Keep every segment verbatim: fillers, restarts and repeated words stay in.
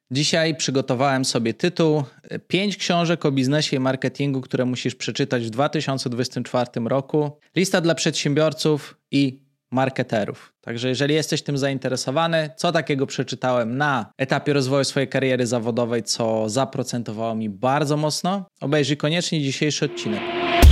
Dzisiaj przygotowałem sobie tytuł pięć książek o biznesie i marketingu, które musisz przeczytać w dwa tysiące dwudziestym czwartym roku. Lista dla przedsiębiorców i marketerów. Także jeżeli jesteś tym zainteresowany, co takiego przeczytałem na etapie rozwoju swojej kariery zawodowej, co zaprocentowało mi bardzo mocno, obejrzyj koniecznie dzisiejszy odcinek.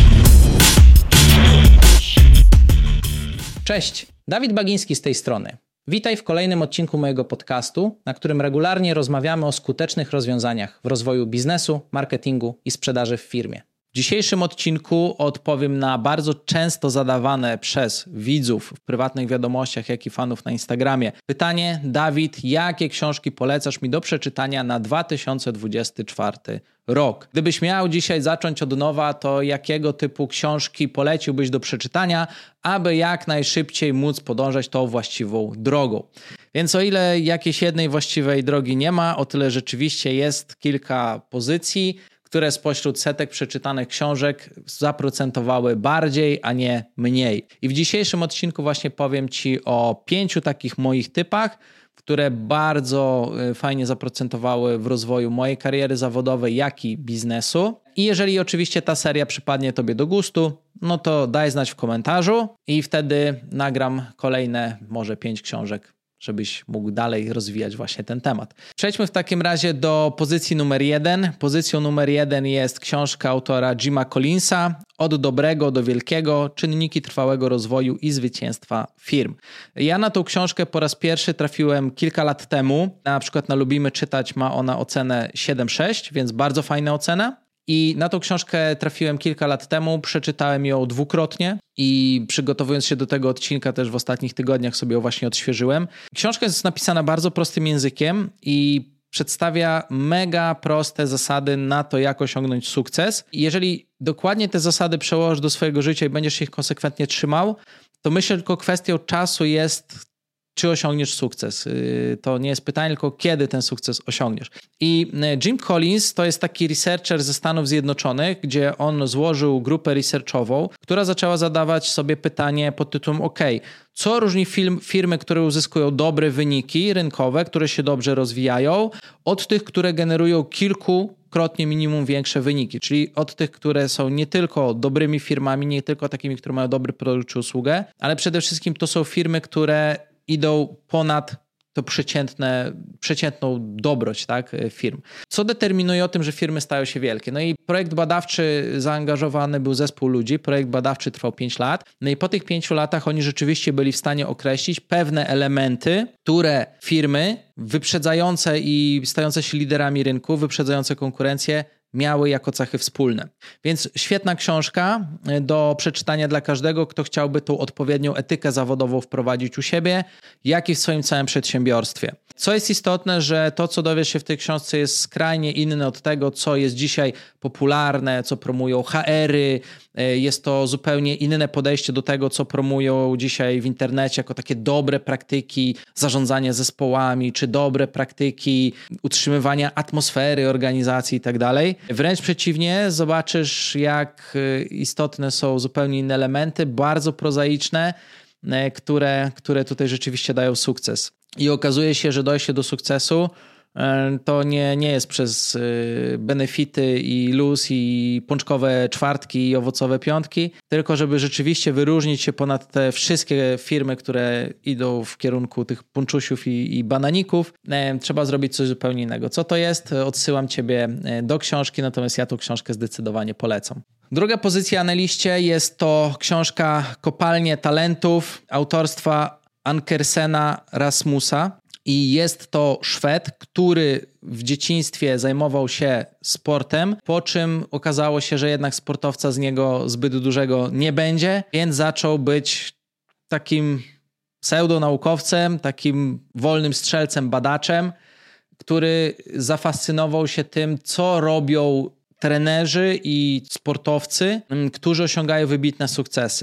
Cześć, Dawid Bagiński z tej strony. Witaj w kolejnym odcinku mojego podcastu, na którym regularnie rozmawiamy o skutecznych rozwiązaniach w rozwoju biznesu, marketingu i sprzedaży w firmie. W dzisiejszym odcinku odpowiem na bardzo często zadawane przez widzów w prywatnych wiadomościach, jak i fanów na Instagramie pytanie: Dawid, jakie książki polecasz mi do przeczytania na dwa tysiące dwudziesty czwarty rok? Gdybyś miał dzisiaj zacząć od nowa, to jakiego typu książki poleciłbyś do przeczytania, aby jak najszybciej móc podążać tą właściwą drogą? Więc o ile jakiejś jednej właściwej drogi nie ma, o tyle rzeczywiście jest kilka pozycji, które spośród setek przeczytanych książek zaprocentowały bardziej, a nie mniej. I w dzisiejszym odcinku właśnie powiem Ci o pięciu takich moich typach, które bardzo fajnie zaprocentowały w rozwoju mojej kariery zawodowej, jak i biznesu. I jeżeli oczywiście ta seria przypadnie Tobie do gustu, no to daj znać w komentarzu i wtedy nagram kolejne może pięć książek, żebyś mógł dalej rozwijać właśnie ten temat. Przejdźmy w takim razie do pozycji numer jeden. Pozycją numer jeden jest książka autora Jima Collinsa Od dobrego do wielkiego. Czynniki trwałego rozwoju i zwycięstwa firm. Ja na tą książkę po raz pierwszy trafiłem kilka lat temu. Na przykład na Lubimy Czytać ma ona ocenę siedem sześć, więc bardzo fajna ocena. I na tą książkę trafiłem kilka lat temu, przeczytałem ją dwukrotnie i przygotowując się do tego odcinka też w ostatnich tygodniach sobie ją właśnie odświeżyłem. Książka jest napisana bardzo prostym językiem i przedstawia mega proste zasady na to, jak osiągnąć sukces. I jeżeli dokładnie te zasady przełożysz do swojego życia i będziesz ich konsekwentnie trzymał, to myślę, że tylko kwestią czasu jest, czy osiągniesz sukces. To nie jest pytanie, tylko kiedy ten sukces osiągniesz. I Jim Collins to jest taki researcher ze Stanów Zjednoczonych, gdzie on złożył grupę researchową, która zaczęła zadawać sobie pytanie pod tytułem OK, co różni firm, firmy, które uzyskują dobre wyniki rynkowe, które się dobrze rozwijają, od tych, które generują kilkukrotnie minimum większe wyniki, czyli od tych, które są nie tylko dobrymi firmami, nie tylko takimi, które mają dobry produkt czy usługę, ale przede wszystkim to są firmy, które idą ponad to przeciętne, przeciętną dobroć, tak, firm. Co determinuje o tym, że firmy stają się wielkie? No i projekt badawczy, zaangażowany był zespół ludzi, projekt badawczy trwał pięć lat, no i po tych pięciu latach oni rzeczywiście byli w stanie określić pewne elementy, które firmy wyprzedzające i stające się liderami rynku, wyprzedzające konkurencję, miały jako cechy wspólne. Więc świetna książka do przeczytania dla każdego, kto chciałby tą odpowiednią etykę zawodową wprowadzić u siebie, jak i w swoim całym przedsiębiorstwie. Co jest istotne, że to, co dowiesz się w tej książce, jest skrajnie inne od tego, co jest dzisiaj popularne, co promują H R-y. Jest to zupełnie inne podejście do tego, co promują dzisiaj w internecie jako takie dobre praktyki zarządzania zespołami, czy dobre praktyki utrzymywania atmosfery organizacji i tak dalej. Wręcz przeciwnie, zobaczysz, jak istotne są zupełnie inne elementy, bardzo prozaiczne, które, które tutaj rzeczywiście dają sukces. I okazuje się, że dojście do sukcesu to nie, nie jest przez benefity i luz i pączkowe czwartki i owocowe piątki, tylko żeby rzeczywiście wyróżnić się ponad te wszystkie firmy, które idą w kierunku tych ponczusiów i, i bananików, trzeba zrobić coś zupełnie innego. Co to jest? Odsyłam Ciebie do książki, natomiast ja tą książkę zdecydowanie polecam. Druga pozycja na liście jest to książka Kopalnie talentów autorstwa Ankersena Rasmusa. I jest to Szwed, który w dzieciństwie zajmował się sportem, po czym okazało się, że jednak sportowca z niego zbyt dużego nie będzie, więc zaczął być takim pseudonaukowcem, takim wolnym strzelcem, badaczem, który zafascynował się tym, co robią trenerzy i sportowcy, którzy osiągają wybitne sukcesy.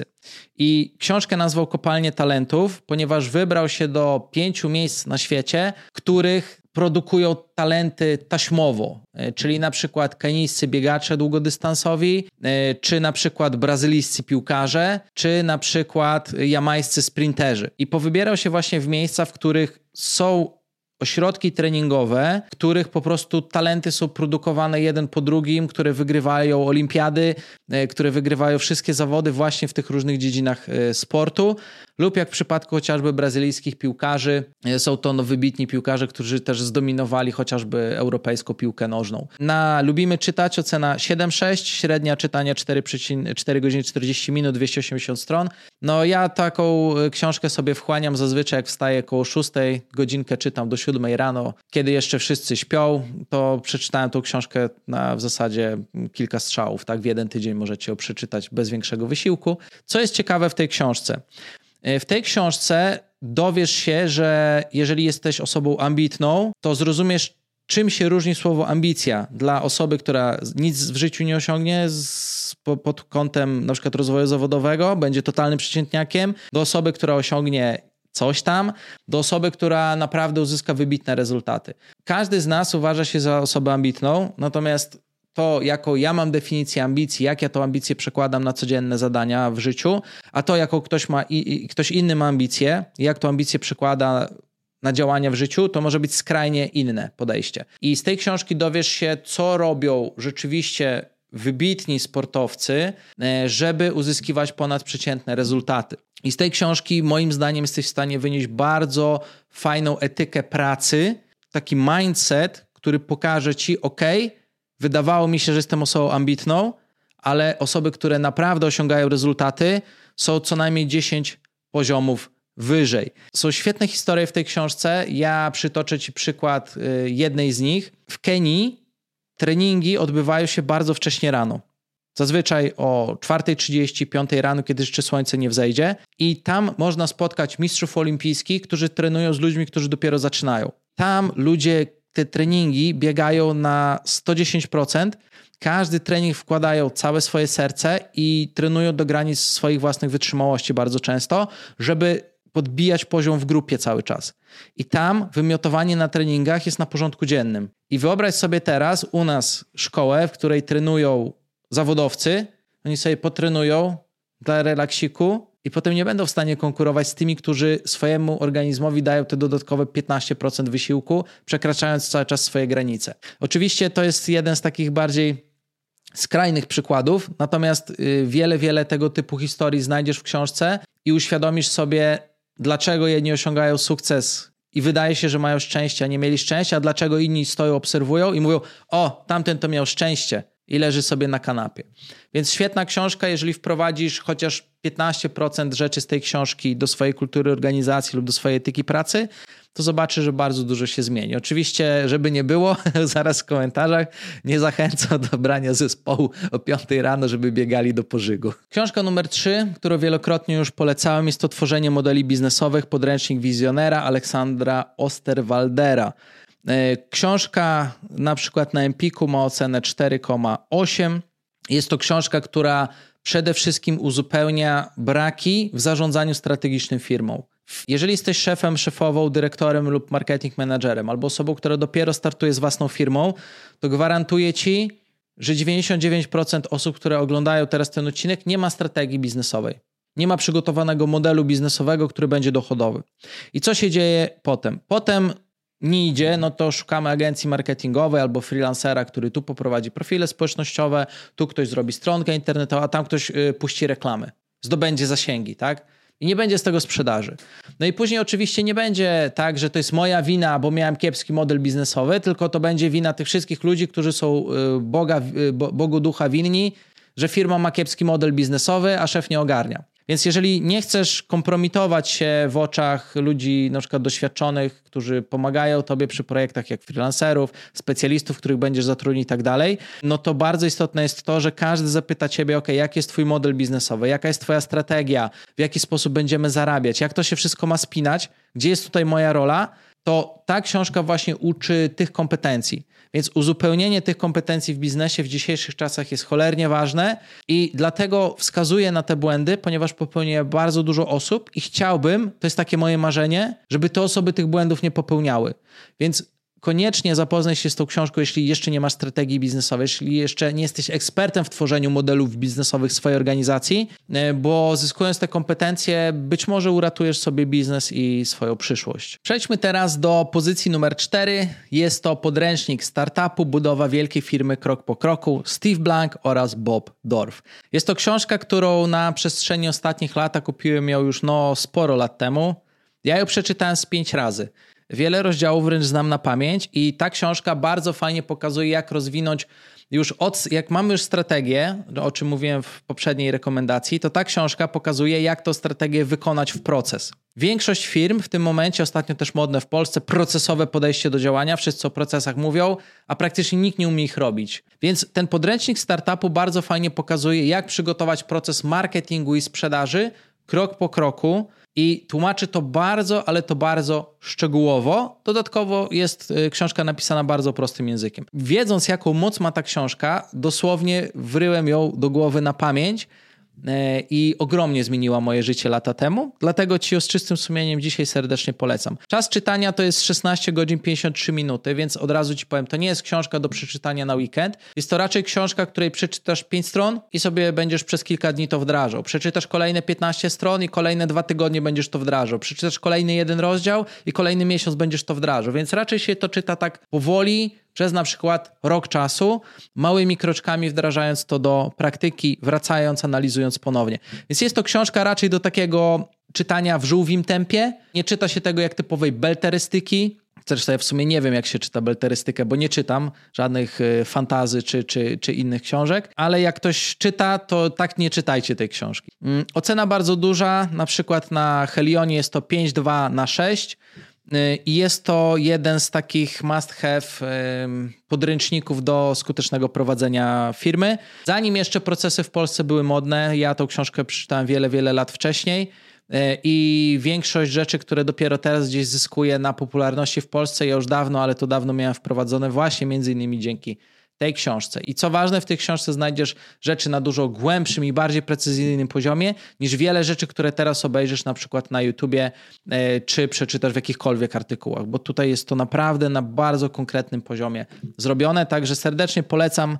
I książkę nazwał Kopalnie talentów, ponieważ wybrał się do pięciu miejsc na świecie, których produkują talenty taśmowo, czyli na przykład kenijscy biegacze długodystansowi, czy na przykład brazylijscy piłkarze, czy na przykład jamajscy sprinterzy. I powybierał się właśnie w miejsca, w których są ośrodki treningowe, w których po prostu talenty są produkowane jeden po drugim, które wygrywają olimpiady, które wygrywają wszystkie zawody właśnie w tych różnych dziedzinach sportu, lub jak w przypadku chociażby brazylijskich piłkarzy, są to no, wybitni piłkarze, którzy też zdominowali chociażby europejską piłkę nożną. Na Lubimy Czytać ocena siedem sześć, średnia czytania cztery godziny czterdzieści minut, dwieście osiemdziesiąt stron. No ja taką książkę sobie wchłaniam zazwyczaj, jak wstaję koło szóstej, godzinkę czytam do siódmej rano, kiedy jeszcze wszyscy śpią, to przeczytałem tą książkę na w zasadzie kilka strzałów, tak? W jeden tydzień możecie ją przeczytać bez większego wysiłku. Co jest ciekawe w tej książce? W tej książce dowiesz się, że jeżeli jesteś osobą ambitną, to zrozumiesz, czym się różni słowo ambicja dla osoby, która nic w życiu nie osiągnie z, po, pod kątem na przykład rozwoju zawodowego, będzie totalnym przeciętniakiem, do osoby, która osiągnie coś tam, do osoby, która naprawdę uzyska wybitne rezultaty. Każdy z nas uważa się za osobę ambitną, natomiast to, jaką ja mam definicję ambicji, jak ja tą ambicję przekładam na codzienne zadania w życiu, a to, jaką ktoś ma i, i ktoś inny ma ambicję, jak tą ambicję przekłada na działania w życiu, to może być skrajnie inne podejście. I z tej książki dowiesz się, co robią rzeczywiście wybitni sportowcy, żeby uzyskiwać ponadprzeciętne rezultaty. I z tej książki moim zdaniem jesteś w stanie wynieść bardzo fajną etykę pracy, taki mindset, który pokaże ci, ok, wydawało mi się, że jestem osobą ambitną, ale osoby, które naprawdę osiągają rezultaty, są co najmniej dziesięć poziomów wyżej. Są świetne historie w tej książce. Ja przytoczę ci przykład jednej z nich. W Kenii treningi odbywają się bardzo wcześnie rano. Zazwyczaj o czwarta trzydzieści, piąta rano, kiedy jeszcze słońce nie wzejdzie. I tam można spotkać mistrzów olimpijskich, którzy trenują z ludźmi, którzy dopiero zaczynają. Tam ludzie te treningi biegają na sto dziesięć procent. Każdy trening wkładają całe swoje serce i trenują do granic swoich własnych wytrzymałości bardzo często, żeby podbijać poziom w grupie cały czas. I tam wymiotowanie na treningach jest na porządku dziennym. I wyobraź sobie teraz u nas szkołę, w której trenują zawodowcy, oni sobie potrenują dla relaksiku i potem nie będą w stanie konkurować z tymi, którzy swojemu organizmowi dają te dodatkowe piętnaście procent wysiłku, przekraczając cały czas swoje granice. Oczywiście to jest jeden z takich bardziej skrajnych przykładów, natomiast wiele, wiele tego typu historii znajdziesz w książce i uświadomisz sobie, dlaczego jedni osiągają sukces i wydaje się, że mają szczęście, a nie mieli szczęścia, a dlaczego inni stoją, obserwują i mówią, o, tamten to miał szczęście i leży sobie na kanapie. Więc świetna książka, jeżeli wprowadzisz chociaż piętnaście procent rzeczy z tej książki do swojej kultury organizacji lub do swojej etyki pracy, to zobaczysz, że bardzo dużo się zmieni. Oczywiście, żeby nie było, zaraz w komentarzach nie zachęcam do brania zespołu o piątej rano, żeby biegali do pożygu. Książka numer trzy, którą wielokrotnie już polecałem, jest to Tworzenie modeli biznesowych, podręcznik wizjonera Aleksandra Osterwaldera. Książka na przykład na Empiku ma ocenę cztery przecinek osiem. Jest to książka, która przede wszystkim uzupełnia braki w zarządzaniu strategicznym firmą. Jeżeli jesteś szefem, szefową, dyrektorem lub marketing managerem albo osobą, która dopiero startuje z własną firmą, to gwarantuję ci, że dziewięćdziesiąt dziewięć procent osób, które oglądają teraz ten odcinek, nie ma strategii biznesowej. Nie ma przygotowanego modelu biznesowego, który będzie dochodowy. I co się dzieje potem? Potem nie idzie, no to szukamy agencji marketingowej albo freelancera, który tu poprowadzi profile społecznościowe, tu ktoś zrobi stronkę internetową, a tam ktoś y, puści reklamy, zdobędzie zasięgi, tak? I nie będzie z tego sprzedaży. No i później oczywiście nie będzie tak, że to jest moja wina, bo miałem kiepski model biznesowy, tylko to będzie wina tych wszystkich ludzi, którzy są y, Boga, y, Bogu ducha winni, że firma ma kiepski model biznesowy, a szef nie ogarnia. Więc jeżeli nie chcesz kompromitować się w oczach ludzi na przykład doświadczonych, którzy pomagają tobie przy projektach jak freelancerów, specjalistów, których będziesz zatrudnić i tak dalej, no to bardzo istotne jest to, że każdy zapyta ciebie, ok, jaki jest twój model biznesowy, jaka jest twoja strategia, w jaki sposób będziemy zarabiać, jak to się wszystko ma spinać, gdzie jest tutaj moja rola, to ta książka właśnie uczy tych kompetencji. Więc uzupełnienie tych kompetencji w biznesie w dzisiejszych czasach jest cholernie ważne i dlatego wskazuję na te błędy, ponieważ popełnię bardzo dużo osób i chciałbym, to jest takie moje marzenie, żeby te osoby tych błędów nie popełniały. Więc koniecznie zapoznaj się z tą książką, jeśli jeszcze nie masz strategii biznesowej, jeśli jeszcze nie jesteś ekspertem w tworzeniu modelów biznesowych swojej organizacji, bo zyskując te kompetencje, być może uratujesz sobie biznes i swoją przyszłość. Przejdźmy teraz do pozycji numer cztery. Jest to podręcznik startupu, budowa wielkiej firmy krok po kroku, Steve Blank oraz Bob Dorf. Jest to książka, którą na przestrzeni ostatnich lat kupiłem ją już no sporo lat temu. Ja ją przeczytałem z pięć razy. Wiele rozdziałów wręcz znam na pamięć i ta książka bardzo fajnie pokazuje, jak rozwinąć już od, jak mamy już strategię, o czym mówiłem w poprzedniej rekomendacji, to ta książka pokazuje, jak tę strategię wykonać w proces. Większość firm w tym momencie, ostatnio też modne w Polsce, procesowe podejście do działania, wszyscy o procesach mówią, a praktycznie nikt nie umie ich robić. Więc ten podręcznik startupu bardzo fajnie pokazuje, jak przygotować proces marketingu i sprzedaży krok po kroku i tłumaczy to bardzo, ale to bardzo szczegółowo. Dodatkowo jest książka napisana bardzo prostym językiem. Wiedząc, jaką moc ma ta książka, dosłownie wryłem ją do głowy na pamięć i ogromnie zmieniła moje życie lata temu. Dlatego Ci ją z czystym sumieniem dzisiaj serdecznie polecam. Czas czytania to jest szesnaście godzin pięćdziesiąt trzy minuty, więc od razu Ci powiem, to nie jest książka do przeczytania na weekend. Jest to raczej książka, której przeczytasz pięć stron i sobie będziesz przez kilka dni to wdrażał. Przeczytasz kolejne piętnaście stron i kolejne dwa tygodnie będziesz to wdrażał. Przeczytasz kolejny jeden rozdział i kolejny miesiąc będziesz to wdrażał. Więc raczej się to czyta tak powoli, przez na przykład rok czasu, małymi kroczkami wdrażając to do praktyki, wracając, analizując ponownie. Więc jest to książka raczej do takiego czytania w żółwim tempie. Nie czyta się tego jak typowej belterystyki. Zresztą ja w sumie nie wiem, jak się czyta belterystykę, bo nie czytam żadnych fantazy czy, czy, czy innych książek, ale jak ktoś czyta, to tak nie czytajcie tej książki. Ocena bardzo duża, na przykład na Helionie jest to pięć dwa na sześć. I jest to jeden z takich must have podręczników do skutecznego prowadzenia firmy. Zanim jeszcze procesy w Polsce były modne, ja tą książkę przeczytałem wiele, wiele lat wcześniej i większość rzeczy, które dopiero teraz gdzieś zyskuje na popularności w Polsce, ja już dawno, ale to dawno miałem wprowadzone właśnie między innymi dzięki tej książce. I co ważne, w tej książce znajdziesz rzeczy na dużo głębszym i bardziej precyzyjnym poziomie niż wiele rzeczy, które teraz obejrzysz na przykład na YouTubie e, czy przeczytasz w jakichkolwiek artykułach, bo tutaj jest to naprawdę na bardzo konkretnym poziomie zrobione, także serdecznie polecam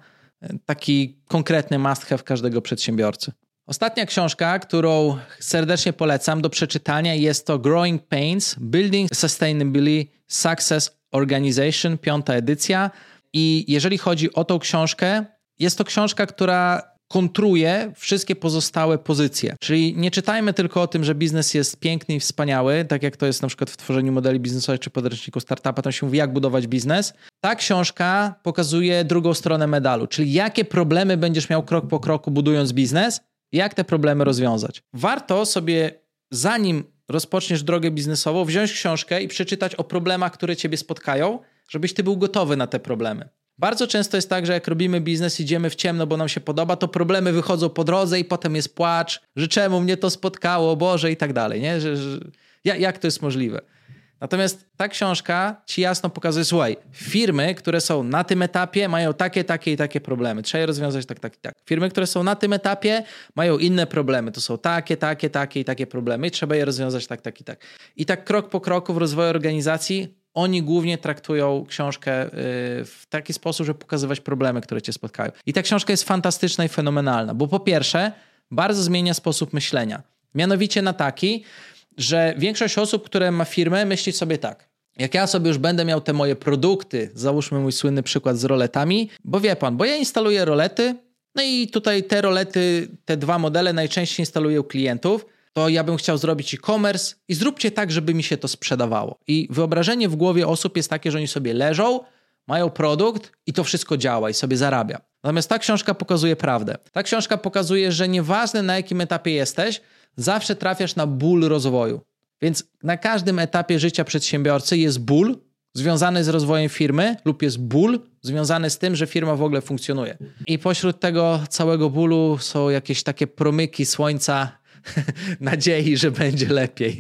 taki konkretny must have każdego przedsiębiorcy. Ostatnia książka, którą serdecznie polecam do przeczytania, jest to Growing Pains, Building Sustainability Success Organization, piąta edycja. I jeżeli chodzi o tą książkę, jest to książka, która kontruje wszystkie pozostałe pozycje. Czyli nie czytajmy tylko o tym, że biznes jest piękny i wspaniały, tak jak to jest na przykład w tworzeniu modeli biznesowych czy podręczniku startupa, tam się mówi, jak budować biznes. Ta książka pokazuje drugą stronę medalu, czyli jakie problemy będziesz miał krok po kroku budując biznes, jak te problemy rozwiązać. Warto sobie, zanim rozpoczniesz drogę biznesową, wziąć książkę i przeczytać o problemach, które ciebie spotkają, żebyś ty był gotowy na te problemy. Bardzo często jest tak, że jak robimy biznes, idziemy w ciemno, bo nam się podoba, to problemy wychodzą po drodze i potem jest płacz, że czemu mnie to spotkało, Boże i tak dalej, nie? Że, że, jak to jest możliwe? Natomiast ta książka ci jasno pokazuje, słuchaj, firmy, które są na tym etapie, mają takie, takie i takie problemy. Trzeba je rozwiązać tak, tak i tak. Firmy, które są na tym etapie, mają inne problemy. To są takie, takie, takie i takie problemy i trzeba je rozwiązać tak, tak i tak. I tak krok po kroku w rozwoju organizacji oni głównie traktują książkę w taki sposób, żeby pokazywać problemy, które cię spotkają. I ta książka jest fantastyczna i fenomenalna, bo po pierwsze bardzo zmienia sposób myślenia. Mianowicie na taki, że większość osób, które ma firmę, myśli sobie tak. Jak ja sobie już będę miał te moje produkty, załóżmy mój słynny przykład z roletami, bo wie pan, bo ja instaluję rolety, no i tutaj te rolety, te dwa modele najczęściej instaluję u klientów, to ja bym chciał zrobić e-commerce i zróbcie tak, żeby mi się to sprzedawało. I wyobrażenie w głowie osób jest takie, że oni sobie leżą, mają produkt i to wszystko działa i sobie zarabia. Natomiast ta książka pokazuje prawdę. Ta książka pokazuje, że nieważne na jakim etapie jesteś, zawsze trafiasz na ból rozwoju. Więc na każdym etapie życia przedsiębiorcy jest ból związany z rozwojem firmy lub jest ból związany z tym, że firma w ogóle funkcjonuje. I pośród tego całego bólu są jakieś takie promyki słońca nadziei, że będzie lepiej.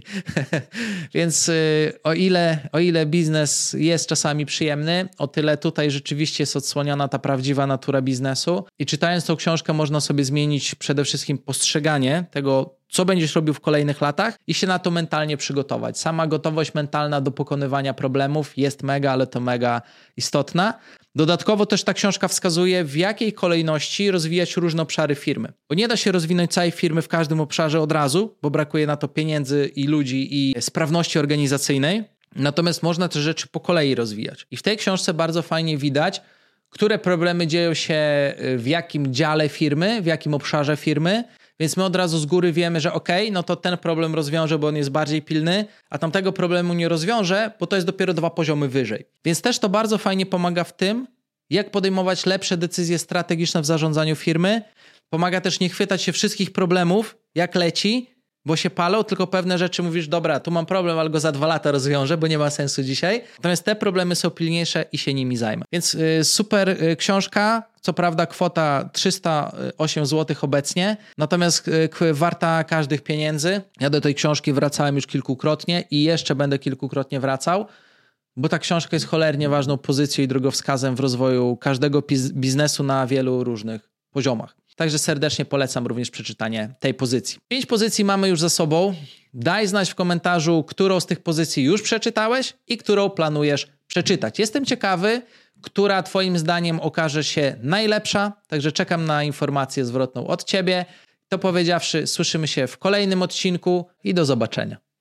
Więc y, o ile, o ile biznes jest czasami przyjemny, o tyle tutaj rzeczywiście jest odsłoniona ta prawdziwa natura biznesu i czytając tą książkę można sobie zmienić przede wszystkim postrzeganie tego, co będziesz robił w kolejnych latach i się na to mentalnie przygotować. Sama gotowość mentalna do pokonywania problemów jest mega, ale to mega istotna. Dodatkowo też ta książka wskazuje, w jakiej kolejności rozwijać różne obszary firmy. Bo nie da się rozwinąć całej firmy w każdym obszarze od razu, bo brakuje na to pieniędzy i ludzi i sprawności organizacyjnej. Natomiast można te rzeczy po kolei rozwijać. I w tej książce bardzo fajnie widać, które problemy dzieją się w jakim dziale firmy, w jakim obszarze firmy, więc my od razu z góry wiemy, że okej, no to ten problem rozwiążę, bo on jest bardziej pilny, a tamtego problemu nie rozwiążę, bo to jest dopiero dwa poziomy wyżej. Więc też to bardzo fajnie pomaga w tym, jak podejmować lepsze decyzje strategiczne w zarządzaniu firmy. Pomaga też nie chwytać się wszystkich problemów, jak leci, bo się palą, tylko pewne rzeczy mówisz, dobra, tu mam problem, ale go za dwa lata rozwiążę, bo nie ma sensu dzisiaj. Natomiast te problemy są pilniejsze i się nimi zajmę. Więc y, super y, książka, co prawda kwota trzysta osiem złotych obecnie, natomiast y, warta każdych pieniędzy. Ja do tej książki wracałem już kilkukrotnie i jeszcze będę kilkukrotnie wracał, bo ta książka jest cholernie ważną pozycją i drogowskazem w rozwoju każdego biznesu na wielu różnych poziomach. Także serdecznie polecam również przeczytanie tej pozycji. Pięć pozycji mamy już za sobą. Daj znać w komentarzu, którą z tych pozycji już przeczytałeś i którą planujesz przeczytać. Jestem ciekawy, która twoim zdaniem okaże się najlepsza, także czekam na informację zwrotną od ciebie. To powiedziawszy, słyszymy się w kolejnym odcinku i do zobaczenia.